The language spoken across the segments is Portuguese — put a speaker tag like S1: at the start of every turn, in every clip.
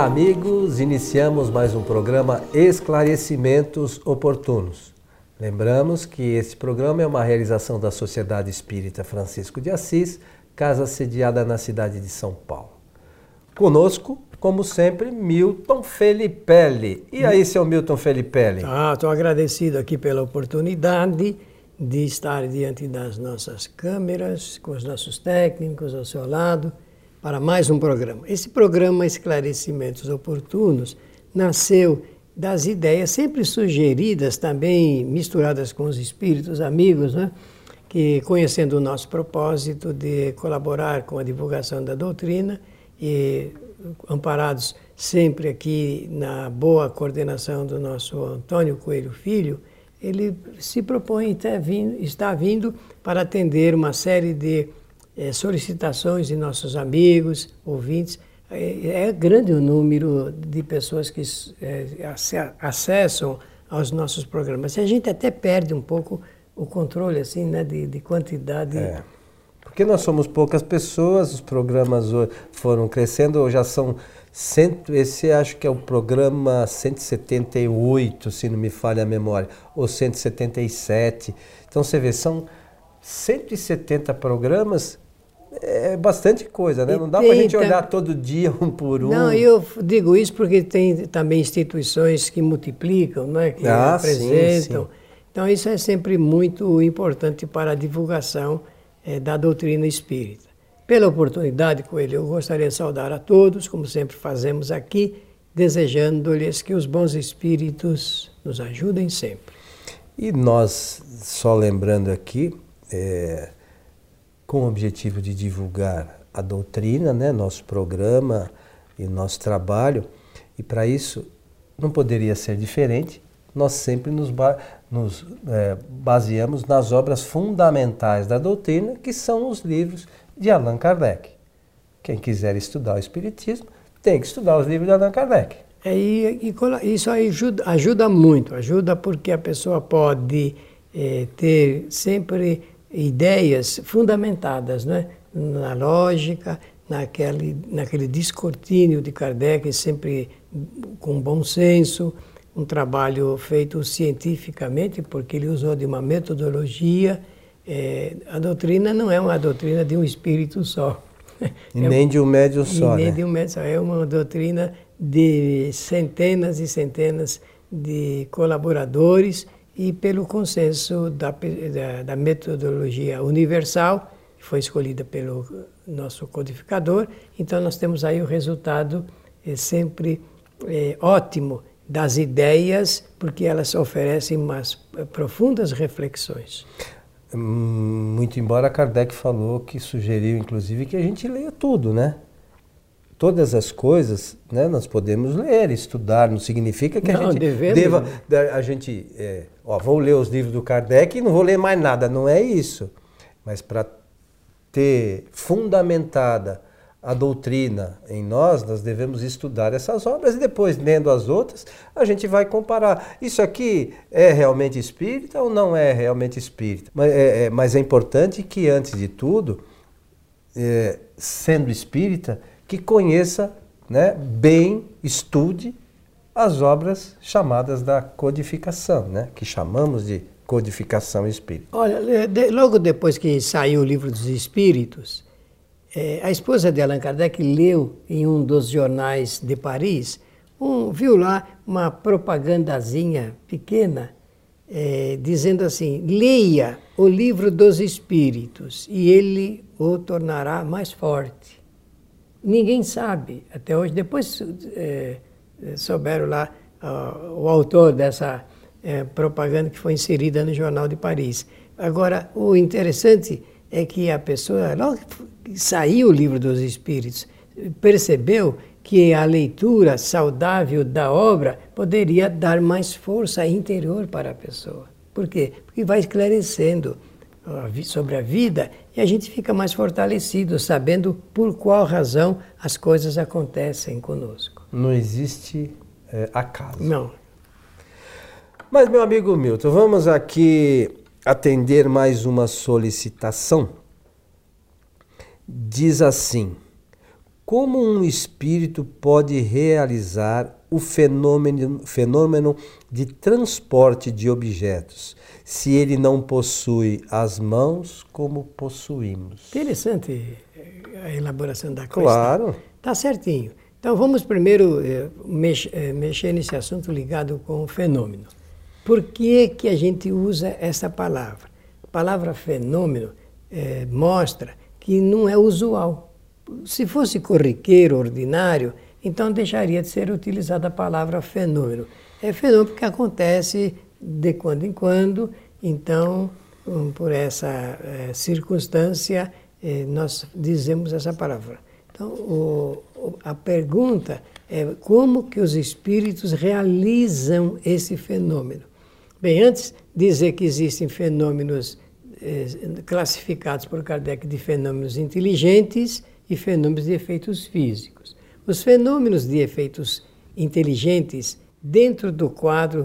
S1: Olá, amigos! Iniciamos mais um programa Esclarecimentos Oportunos. Lembramos que esse programa é uma realização da Sociedade Espírita Francisco de Assis, casa sediada na cidade de São Paulo. Conosco, como sempre, Milton Felipelli. E aí, seu Milton Felipelli?
S2: Estou agradecido aqui pela oportunidade de estar diante das nossas câmeras, com os nossos técnicos ao seu lado, para mais um programa. Esse programa Esclarecimentos Oportunos nasceu das ideias sempre sugeridas, também misturadas com os espíritos amigos, né? Que conhecendo o nosso propósito de colaborar com a divulgação da doutrina e amparados sempre aqui na boa coordenação do nosso Antônio Coelho Filho, ele se propõe está vindo para atender uma série de solicitações de nossos amigos, ouvintes. É grande o número de pessoas que acessam aos nossos programas. E a gente até perde um pouco o controle assim, né, de quantidade.
S1: Porque nós somos poucas pessoas, os programas foram crescendo, já são esse acho que é o programa 178, se não me falha a memória, ou 177. Então você vê, são 170 programas, é bastante coisa, né? Não dá para a gente olhar todo dia um por um.
S2: Não, eu digo isso porque tem também instituições que multiplicam, né? Que apresentam. Sim. Então isso é sempre muito importante para a divulgação da doutrina espírita. Pela oportunidade, Coelho, eu gostaria de saudar a todos, como sempre fazemos aqui, desejando-lhes que os bons espíritos nos ajudem sempre.
S1: E nós, só lembrando aqui, com o objetivo de divulgar a doutrina, né, nosso programa e nosso trabalho, e para isso não poderia ser diferente, nós sempre nos baseamos nas obras fundamentais da doutrina, que são os livros de Allan Kardec. Quem quiser estudar o Espiritismo tem que estudar os livros de Allan Kardec.
S2: Isso ajuda muito, ajuda porque a pessoa pode ter sempre ideias fundamentadas, né? Na lógica, naquele descortínio de Kardec, sempre com bom senso, um trabalho feito cientificamente, porque ele usou de uma metodologia. A doutrina não é uma doutrina de um espírito só.
S1: E nem de um médium só,
S2: nem
S1: né?
S2: de um médium só. É uma doutrina de centenas e centenas de colaboradores e pelo consenso da metodologia universal, que foi escolhida pelo nosso codificador. Então nós temos aí o resultado sempre ótimo das ideias, porque elas oferecem umas profundas reflexões.
S1: Muito embora Kardec falou que sugeriu, inclusive, que a gente leia tudo, né? Todas as coisas, né, nós podemos ler, estudar, não significa que a gente deva... vou ler os livros do Kardec e não vou ler mais nada, não é isso. Mas para ter fundamentada a doutrina em nós devemos estudar essas obras e depois, lendo as outras, a gente vai comparar. Isso aqui é realmente espírita ou não é realmente espírita? Mas é importante que, antes de tudo, sendo espírita, que conheça, né, bem, estude as obras chamadas da codificação, né, que chamamos de codificação espírita.
S2: Olha, logo depois que saiu o Livro dos Espíritos, a esposa de Allan Kardec leu em um dos jornais de Paris, viu lá uma propagandazinha pequena, dizendo assim: leia o Livro dos Espíritos e ele o tornará mais forte. Ninguém sabe até hoje. Depois souberam lá o autor dessa propaganda que foi inserida no Jornal de Paris. Agora, o interessante é que a pessoa, logo que saiu o Livro dos Espíritos, percebeu que a leitura saudável da obra poderia dar mais força interior para a pessoa. Por quê? Porque vai esclarecendo sobre a vida e a gente fica mais fortalecido, sabendo por qual razão as coisas acontecem conosco.
S1: Não existe acaso.
S2: Não.
S1: Mas, meu amigo Milton, vamos aqui atender mais uma solicitação. Diz assim: como um espírito pode realizar o fenômeno de transporte de objetos, se ele não possui as mãos como possuímos?
S2: Interessante a elaboração da questão.
S1: Claro.
S2: Está certinho. Então vamos primeiro mexer nesse assunto ligado com o fenômeno. Por que a gente usa essa palavra? A palavra fenômeno mostra que não é usual. Se fosse corriqueiro, ordinário, então deixaria de ser utilizada a palavra fenômeno. É fenômeno que acontece de quando em quando, então, por essa circunstância, nós dizemos essa palavra. Então, a pergunta é como que os espíritos realizam esse fenômeno. Bem, antes de dizer que existem fenômenos classificados por Kardec de fenômenos inteligentes e fenômenos de efeitos físicos. Os fenômenos de efeitos inteligentes, dentro do quadro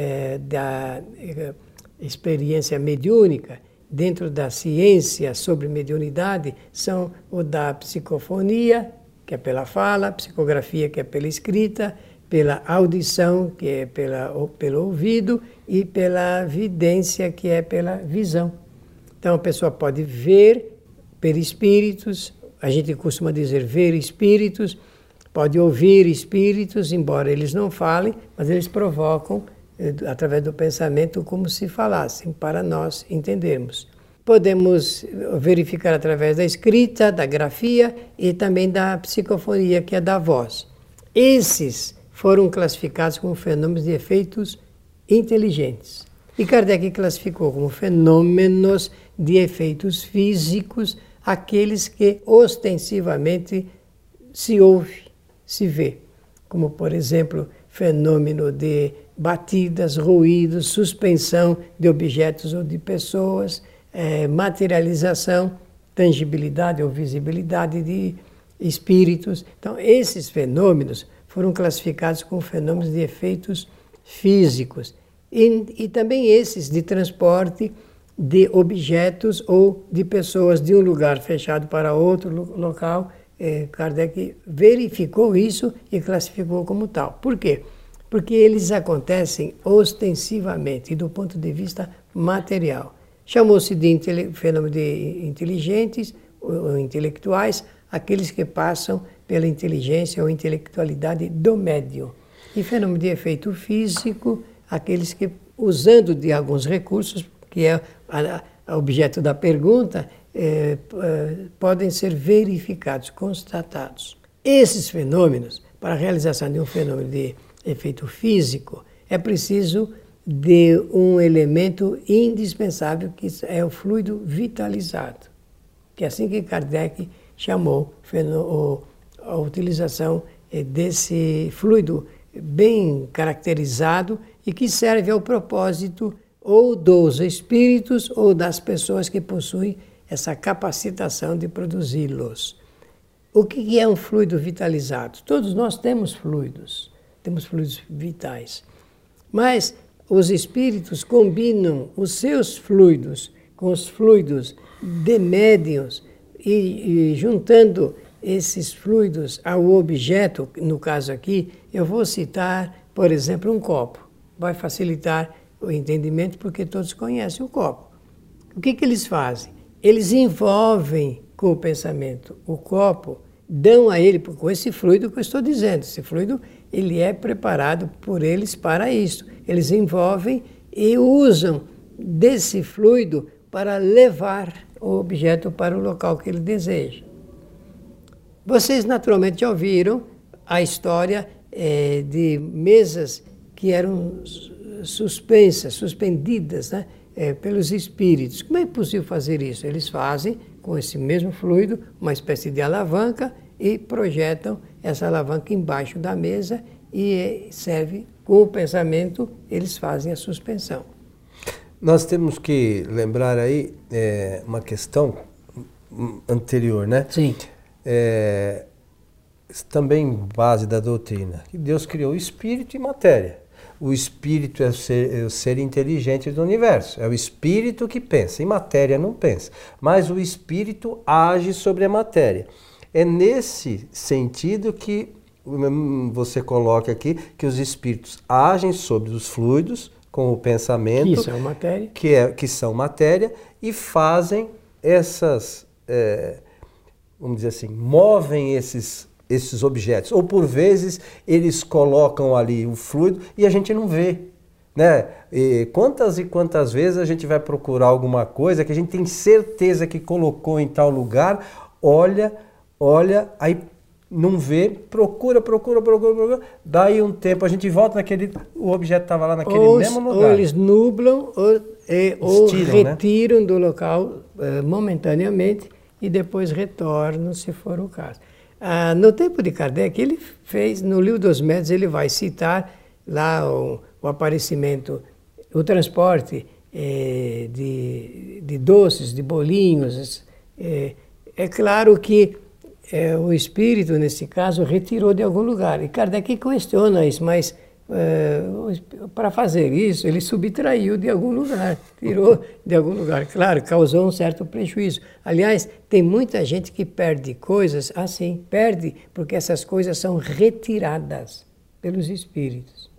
S2: da experiência mediúnica, dentro da ciência sobre mediunidade, são o da psicofonia, que é pela fala, psicografia, que é pela escrita, pela audição, que é pelo ouvido, e pela vidência, que é pela visão. Então a pessoa pode ver perispíritos, a gente costuma dizer ver espíritos, pode ouvir espíritos, embora eles não falem, mas eles provocam, através do pensamento, como se falassem, para nós entendermos. Podemos verificar através da escrita, da grafia e também da psicofonia, que é da voz. Esses foram classificados como fenômenos de efeitos inteligentes. E Kardec classificou como fenômenos de efeitos físicos aqueles que ostensivamente se ouve, se vê, como, por exemplo, fenômeno de batidas, ruídos, suspensão de objetos ou de pessoas, materialização, tangibilidade ou visibilidade de espíritos. Então, esses fenômenos foram classificados como fenômenos de efeitos físicos e também esses de transporte de objetos ou de pessoas de um lugar fechado para outro local. Kardec verificou isso e classificou como tal. Por quê? Porque eles acontecem ostensivamente e do ponto de vista material. Chamou-se de fenômeno de inteligentes ou intelectuais, aqueles que passam pela inteligência ou intelectualidade do médium. E fenômeno de efeito físico, aqueles que, usando de alguns recursos, que é objeto da pergunta, podem ser verificados, constatados. Esses fenômenos, para a realização de um fenômeno de efeito físico, é preciso de um elemento indispensável, que é o fluido vitalizado, que é assim que Kardec chamou a utilização desse fluido bem caracterizado e que serve ao propósito ou dos espíritos ou das pessoas que possuem essa capacitação de produzi-los. O que é um fluido vitalizado? Todos nós temos fluidos vitais, mas os espíritos combinam os seus fluidos com os fluidos de médiuns e juntando esses fluidos ao objeto, no caso aqui, eu vou citar, por exemplo, um copo. Vai facilitar o entendimento porque todos conhecem o copo. O que eles fazem? Eles envolvem com o pensamento o copo, dão a ele, com esse fluido que eu estou dizendo, esse fluido ele é preparado por eles para isso. Eles envolvem e usam desse fluido para levar o objeto para o local que ele deseja. Vocês naturalmente já ouviram a história de mesas que eram suspendidas, né, pelos espíritos. Como é possível fazer isso? Eles fazem com esse mesmo fluido uma espécie de alavanca e projetam essa alavanca embaixo da mesa e serve com o pensamento, eles fazem a suspensão.
S1: Nós temos que lembrar aí uma questão anterior, né?
S2: Sim.
S1: Também base da doutrina, que Deus criou espírito e matéria. O espírito é o ser inteligente do universo, é o espírito que pensa, e matéria não pensa. Mas o espírito age sobre a matéria. É nesse sentido que você coloca aqui que os espíritos agem sobre os fluidos com o pensamento, que são matéria, e fazem essas, vamos dizer assim, movem esses objetos. Ou por vezes eles colocam ali o fluido e a gente não vê. Né? E quantas vezes a gente vai procurar alguma coisa que a gente tem certeza que colocou em tal lugar, olha, aí não vê, procura, daí um tempo a gente volta o objeto estava lá naquele mesmo lugar.
S2: Ou eles nublam ou retiram, né, do local momentaneamente e depois retornam, se for o caso. No tempo de Kardec, ele fez, no Livro dos Médiuns, ele vai citar lá o aparecimento, o transporte de doces, de bolinhos. É claro que o espírito, nesse caso, retirou de algum lugar. E Kardec questiona isso, mas para fazer isso, ele subtraiu de algum lugar, tirou de algum lugar. Claro, causou um certo prejuízo. Aliás, tem muita gente que perde coisas assim, perde porque essas coisas são retiradas pelos espíritos.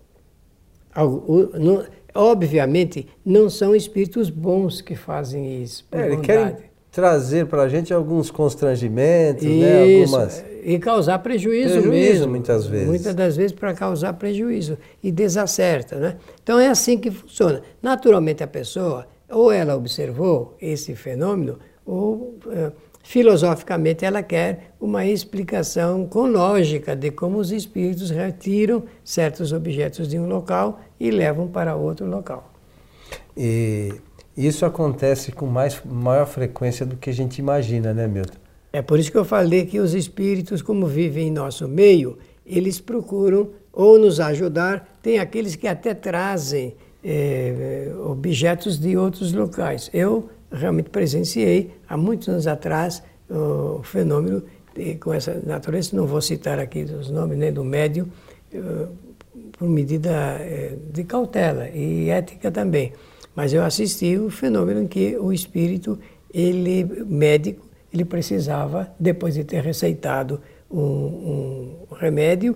S2: Obviamente, não são espíritos bons que fazem isso, por bondade.
S1: Querem trazer para a gente alguns constrangimentos, né?
S2: E causar prejuízo mesmo.
S1: Muitas vezes.
S2: Muitas das vezes para causar prejuízo. E desacerta, né? Então é assim que funciona. Naturalmente a pessoa, ou ela observou esse fenômeno, ou filosoficamente ela quer uma explicação com lógica de como os espíritos retiram certos objetos de um local e levam para outro local.
S1: E isso acontece com maior frequência do que a gente imagina, né, Milton?
S2: É por isso que eu falei que os espíritos, como vivem em nosso meio, eles procuram ou nos ajudar. Tem aqueles que até trazem objetos de outros locais. Eu realmente presenciei, há muitos anos atrás, o fenômeno com essa natureza. Não vou citar aqui os nomes nem do médium, por medida de cautela e ética também. Mas eu assisti o fenômeno em que o espírito, médico, ele precisava, depois de ter receitado um remédio,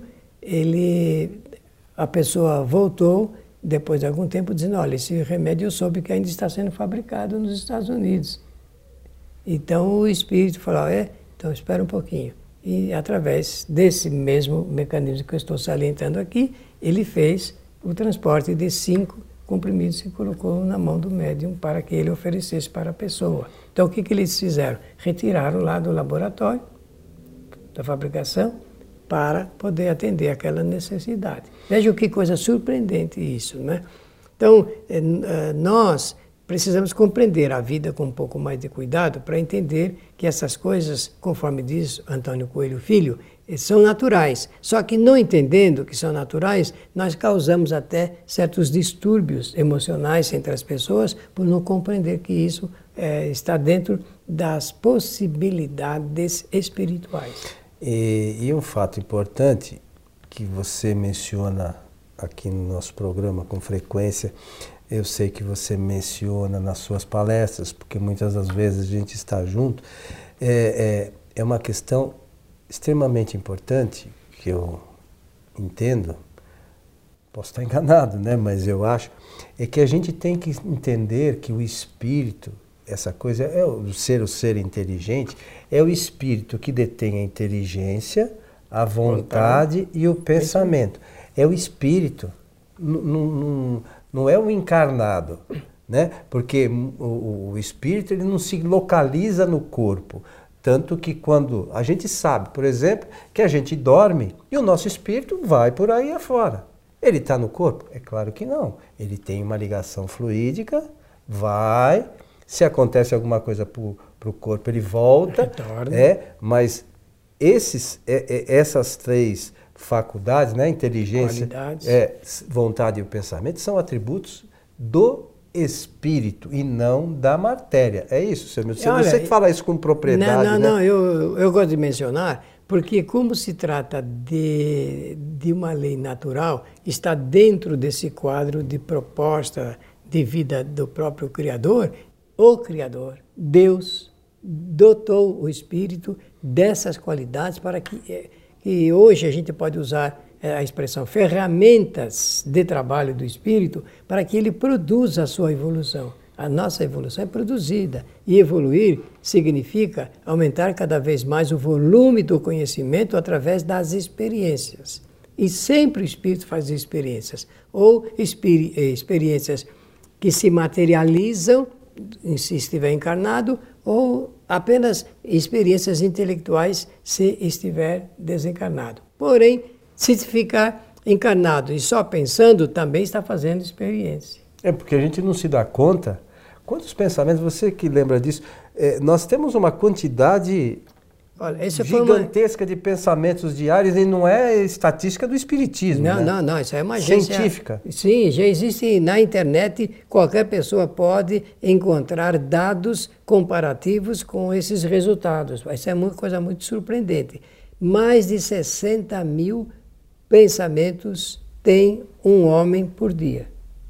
S2: a pessoa voltou, depois de algum tempo, dizendo, olha, esse remédio eu soube que ainda está sendo fabricado nos Estados Unidos. Então o espírito falou, então espera um pouquinho. E através desse mesmo mecanismo que eu estou salientando aqui, ele fez o transporte de 5 comprimidos e colocou na mão do médium para que ele oferecesse para a pessoa. Então o que eles fizeram? Retiraram lá do laboratório, da fabricação, para poder atender aquela necessidade. Veja que coisa surpreendente isso, né? Então, nós precisamos compreender a vida com um pouco mais de cuidado para entender que essas coisas, conforme diz Antônio Coelho Filho, são naturais. Só que não entendendo que são naturais, nós causamos até certos distúrbios emocionais entre as pessoas por não compreender que isso está dentro das possibilidades espirituais.
S1: E um fato importante que você menciona aqui no nosso programa com frequência, eu sei que você menciona nas suas palestras, porque muitas das vezes a gente está junto, é uma questão extremamente importante, que eu entendo, posso estar enganado, né? Mas eu acho, é que a gente tem que entender que o espírito, essa coisa, o ser inteligente, é o espírito que detém a inteligência, a vontade e o pensamento. É o espírito, não é o encarnado, né? Porque o espírito ele não se localiza no corpo. Tanto que quando a gente sabe, por exemplo, que a gente dorme e o nosso espírito vai por aí afora. Ele está no corpo? É claro que não. Ele tem uma ligação fluídica, vai, se acontece alguma coisa para o corpo, ele volta. Mas essas 3 faculdades, né, inteligência, vontade e o pensamento, são atributos do espírito e não da matéria. É isso, senhor? Você que fala isso com propriedade.
S2: Não, eu gosto de mencionar, porque como se trata de uma lei natural, está dentro desse quadro de proposta de vida do próprio Criador, o Criador, Deus, dotou o espírito dessas qualidades para que hoje a gente pode usar a expressão ferramentas de trabalho do espírito para que ele produza a sua evolução. A nossa evolução é produzida e evoluir significa aumentar cada vez mais o volume do conhecimento através das experiências. E sempre o espírito faz experiências, ou experiências que se materializam se estiver encarnado, ou apenas experiências intelectuais se estiver desencarnado. Porém, se ficar encarnado e só pensando, também está fazendo experiência.
S1: É porque a gente não se dá conta. Quantos pensamentos, você que lembra disso, nós temos uma quantidade gigantesca de pensamentos diários e não é estatística do espiritismo.
S2: Não, isso é uma agência
S1: científica.
S2: Sim, já existe na internet, qualquer pessoa pode encontrar dados comparativos com esses resultados. Isso é uma coisa muito surpreendente. Mais de 60 mil pensamentos tem um homem por dia.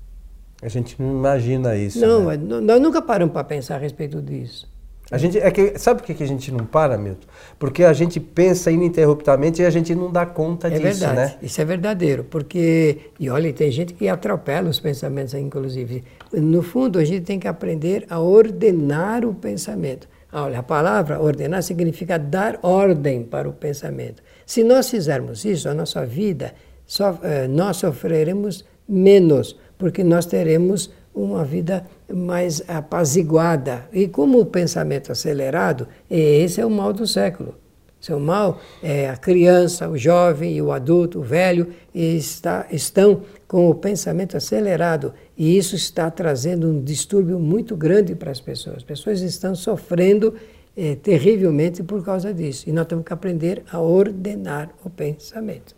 S1: A gente não imagina isso.
S2: Não,
S1: né?
S2: Nós nunca paramos para pensar a respeito disso.
S1: Sabe por que a gente não para, Milton? Porque a gente pensa ininterruptamente e a gente não dá conta disso,
S2: verdade,
S1: né?
S2: Isso é verdadeiro, e olha, tem gente que atropela os pensamentos, inclusive. No fundo, a gente tem que aprender a ordenar o pensamento. Olha, a palavra ordenar significa dar ordem para o pensamento. Se nós fizermos isso, a nossa vida, nós sofreremos menos, porque nós teremos uma vida mais apaziguada. E como o pensamento acelerado, esse é o mal do século. Esse é o mal, a criança, o jovem e o adulto, o velho, estão com o pensamento acelerado. E isso está trazendo um distúrbio muito grande para as pessoas. As pessoas estão sofrendo terrivelmente por causa disso. E nós temos que aprender a ordenar o pensamento.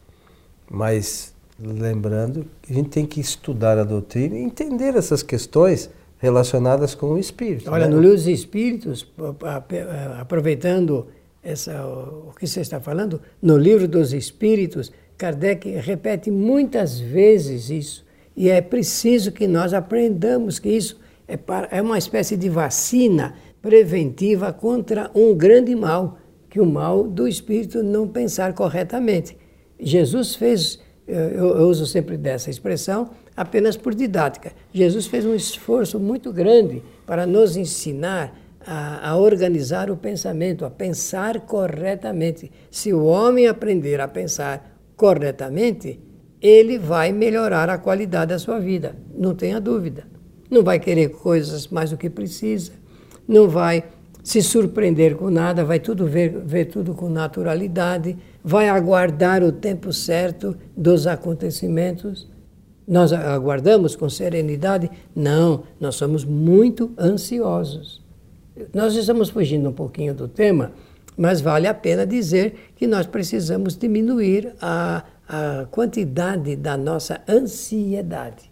S1: Mas lembrando que a gente tem que estudar a doutrina e entender essas questões relacionadas com o espírito.
S2: Olha, no Livro dos Espíritos, aproveitando o que você está falando, no Livro dos Espíritos, Kardec repete muitas vezes isso. E é preciso que nós aprendamos que isso é uma espécie de vacina preventiva contra um grande mal, que o mal do espírito não pensar corretamente. Jesus fez, eu uso sempre dessa expressão, apenas por didática. Jesus fez um esforço muito grande para nos ensinar a organizar o pensamento, a pensar corretamente. Se o homem aprender a pensar corretamente, ele vai melhorar a qualidade da sua vida, não tenha dúvida. Não vai querer coisas mais do que precisa, não vai se surpreender com nada, vai ver tudo com naturalidade, vai aguardar o tempo certo dos acontecimentos. Nós aguardamos com serenidade? Não, nós somos muito ansiosos. Nós estamos fugindo um pouquinho do tema, mas vale a pena dizer que nós precisamos diminuir a quantidade da nossa ansiedade.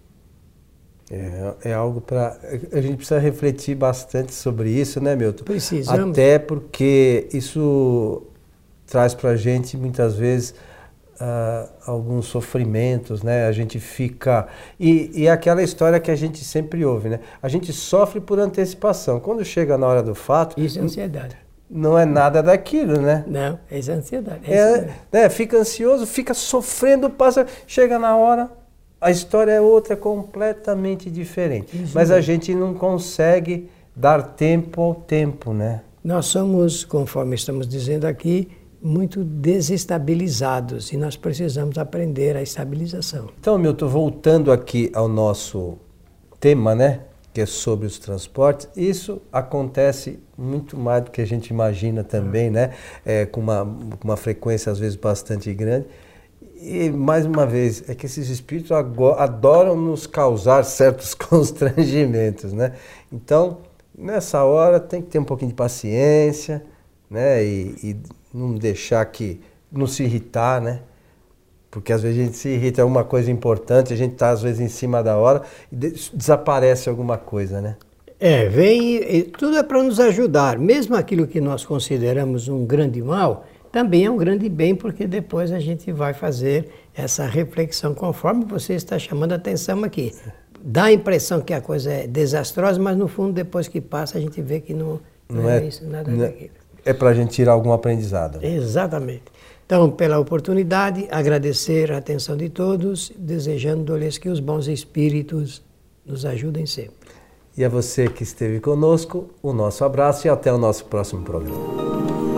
S1: É algo para... A gente precisa refletir bastante sobre isso, né, Milton?
S2: Precisamos.
S1: Até porque isso traz para a gente, muitas vezes, alguns sofrimentos, né? A gente fica... E aquela história que a gente sempre ouve, né? A gente sofre por antecipação. Quando chega na hora do fato...
S2: Isso é ansiedade.
S1: Não é nada daquilo, né?
S2: Não, isso é ansiedade.
S1: Fica ansioso, fica sofrendo, chega na hora... A história é outra, completamente diferente. Isso mas mesmo. A gente não consegue dar tempo ao tempo, né?
S2: Nós somos, conforme estamos dizendo aqui, muito desestabilizados e nós precisamos aprender a estabilização.
S1: Então, Milton, voltando aqui ao nosso tema, né? Que é sobre os transportes, isso acontece muito mais do que a gente imagina também, né? Com uma frequência, às vezes, bastante grande. E, mais uma vez, é que esses espíritos adoram nos causar certos constrangimentos, né? Então, nessa hora, tem que ter um pouquinho de paciência, né? E não deixar não se irritar, né? Porque às vezes a gente se irrita, é uma coisa importante, a gente está às vezes em cima da hora e desaparece alguma coisa, né?
S2: Tudo é para nos ajudar. Mesmo aquilo que nós consideramos um grande mal, também é um grande bem, porque depois a gente vai fazer essa reflexão, conforme você está chamando a atenção aqui. Dá a impressão que a coisa é desastrosa, mas no fundo, depois que passa, a gente vê que Não é isso, nada daquilo.
S1: É para a gente tirar algum aprendizado.
S2: Exatamente. Então, pela oportunidade, agradecer a atenção de todos, desejando-lhes que os bons espíritos nos ajudem sempre.
S1: E a você que esteve conosco, o nosso abraço e até o nosso próximo programa.